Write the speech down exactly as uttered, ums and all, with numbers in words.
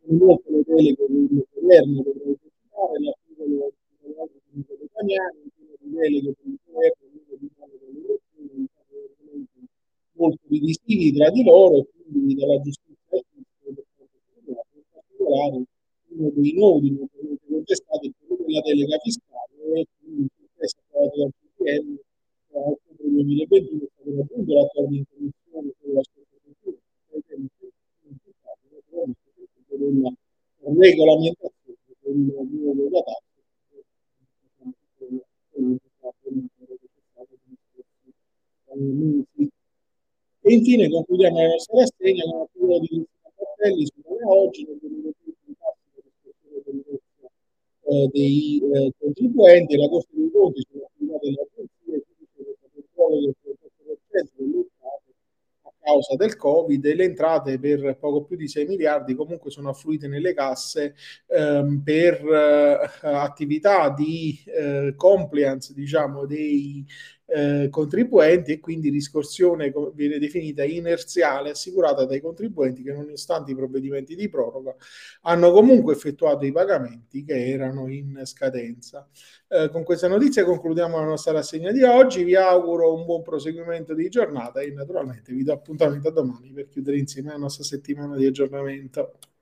Inoltre le deleghe del governo dovrebbero esercitare l'articolo italiani, di deleghe per il governo, delle elezioni, in caso di argomenti molto divisivi tra di loro e quindi dalla giustizia al fisco, per quanto in particolare uno dei nodi maggiormente contestati è quello della delega fiscale e quindi sul testo approvato dal P P M a ottobre duemilaventuno è stato raggiunto l'accordo in commissione sulla scorsa settimana, ai tempi implicati naturalmente per tutto della regolamentazione del nuovo datato mesi. E infine concludiamo la nostra rassegna con l'articolo di Cristina Cappelli su come oggi nel duemilaventi in classica discussione dell'inizio eh, dei eh, contribuenti e la Corte dei Conti sull'attività delle agenzie si dice che il controllo del trentotto per cento delle entrate a causa del Covid e le entrate per poco più di sei miliardi comunque sono affluite nelle casse ehm, per eh, attività di eh, compliance, diciamo, dei eh, contribuenti e quindi riscossione viene definita inerziale assicurata dai contribuenti che nonostante i provvedimenti di proroga hanno comunque effettuato i pagamenti che erano in scadenza. Eh, con questa notizia concludiamo la nostra rassegna di oggi, vi auguro un buon proseguimento di giornata e naturalmente vi do appuntamento a domani per chiudere insieme la nostra settimana di aggiornamento.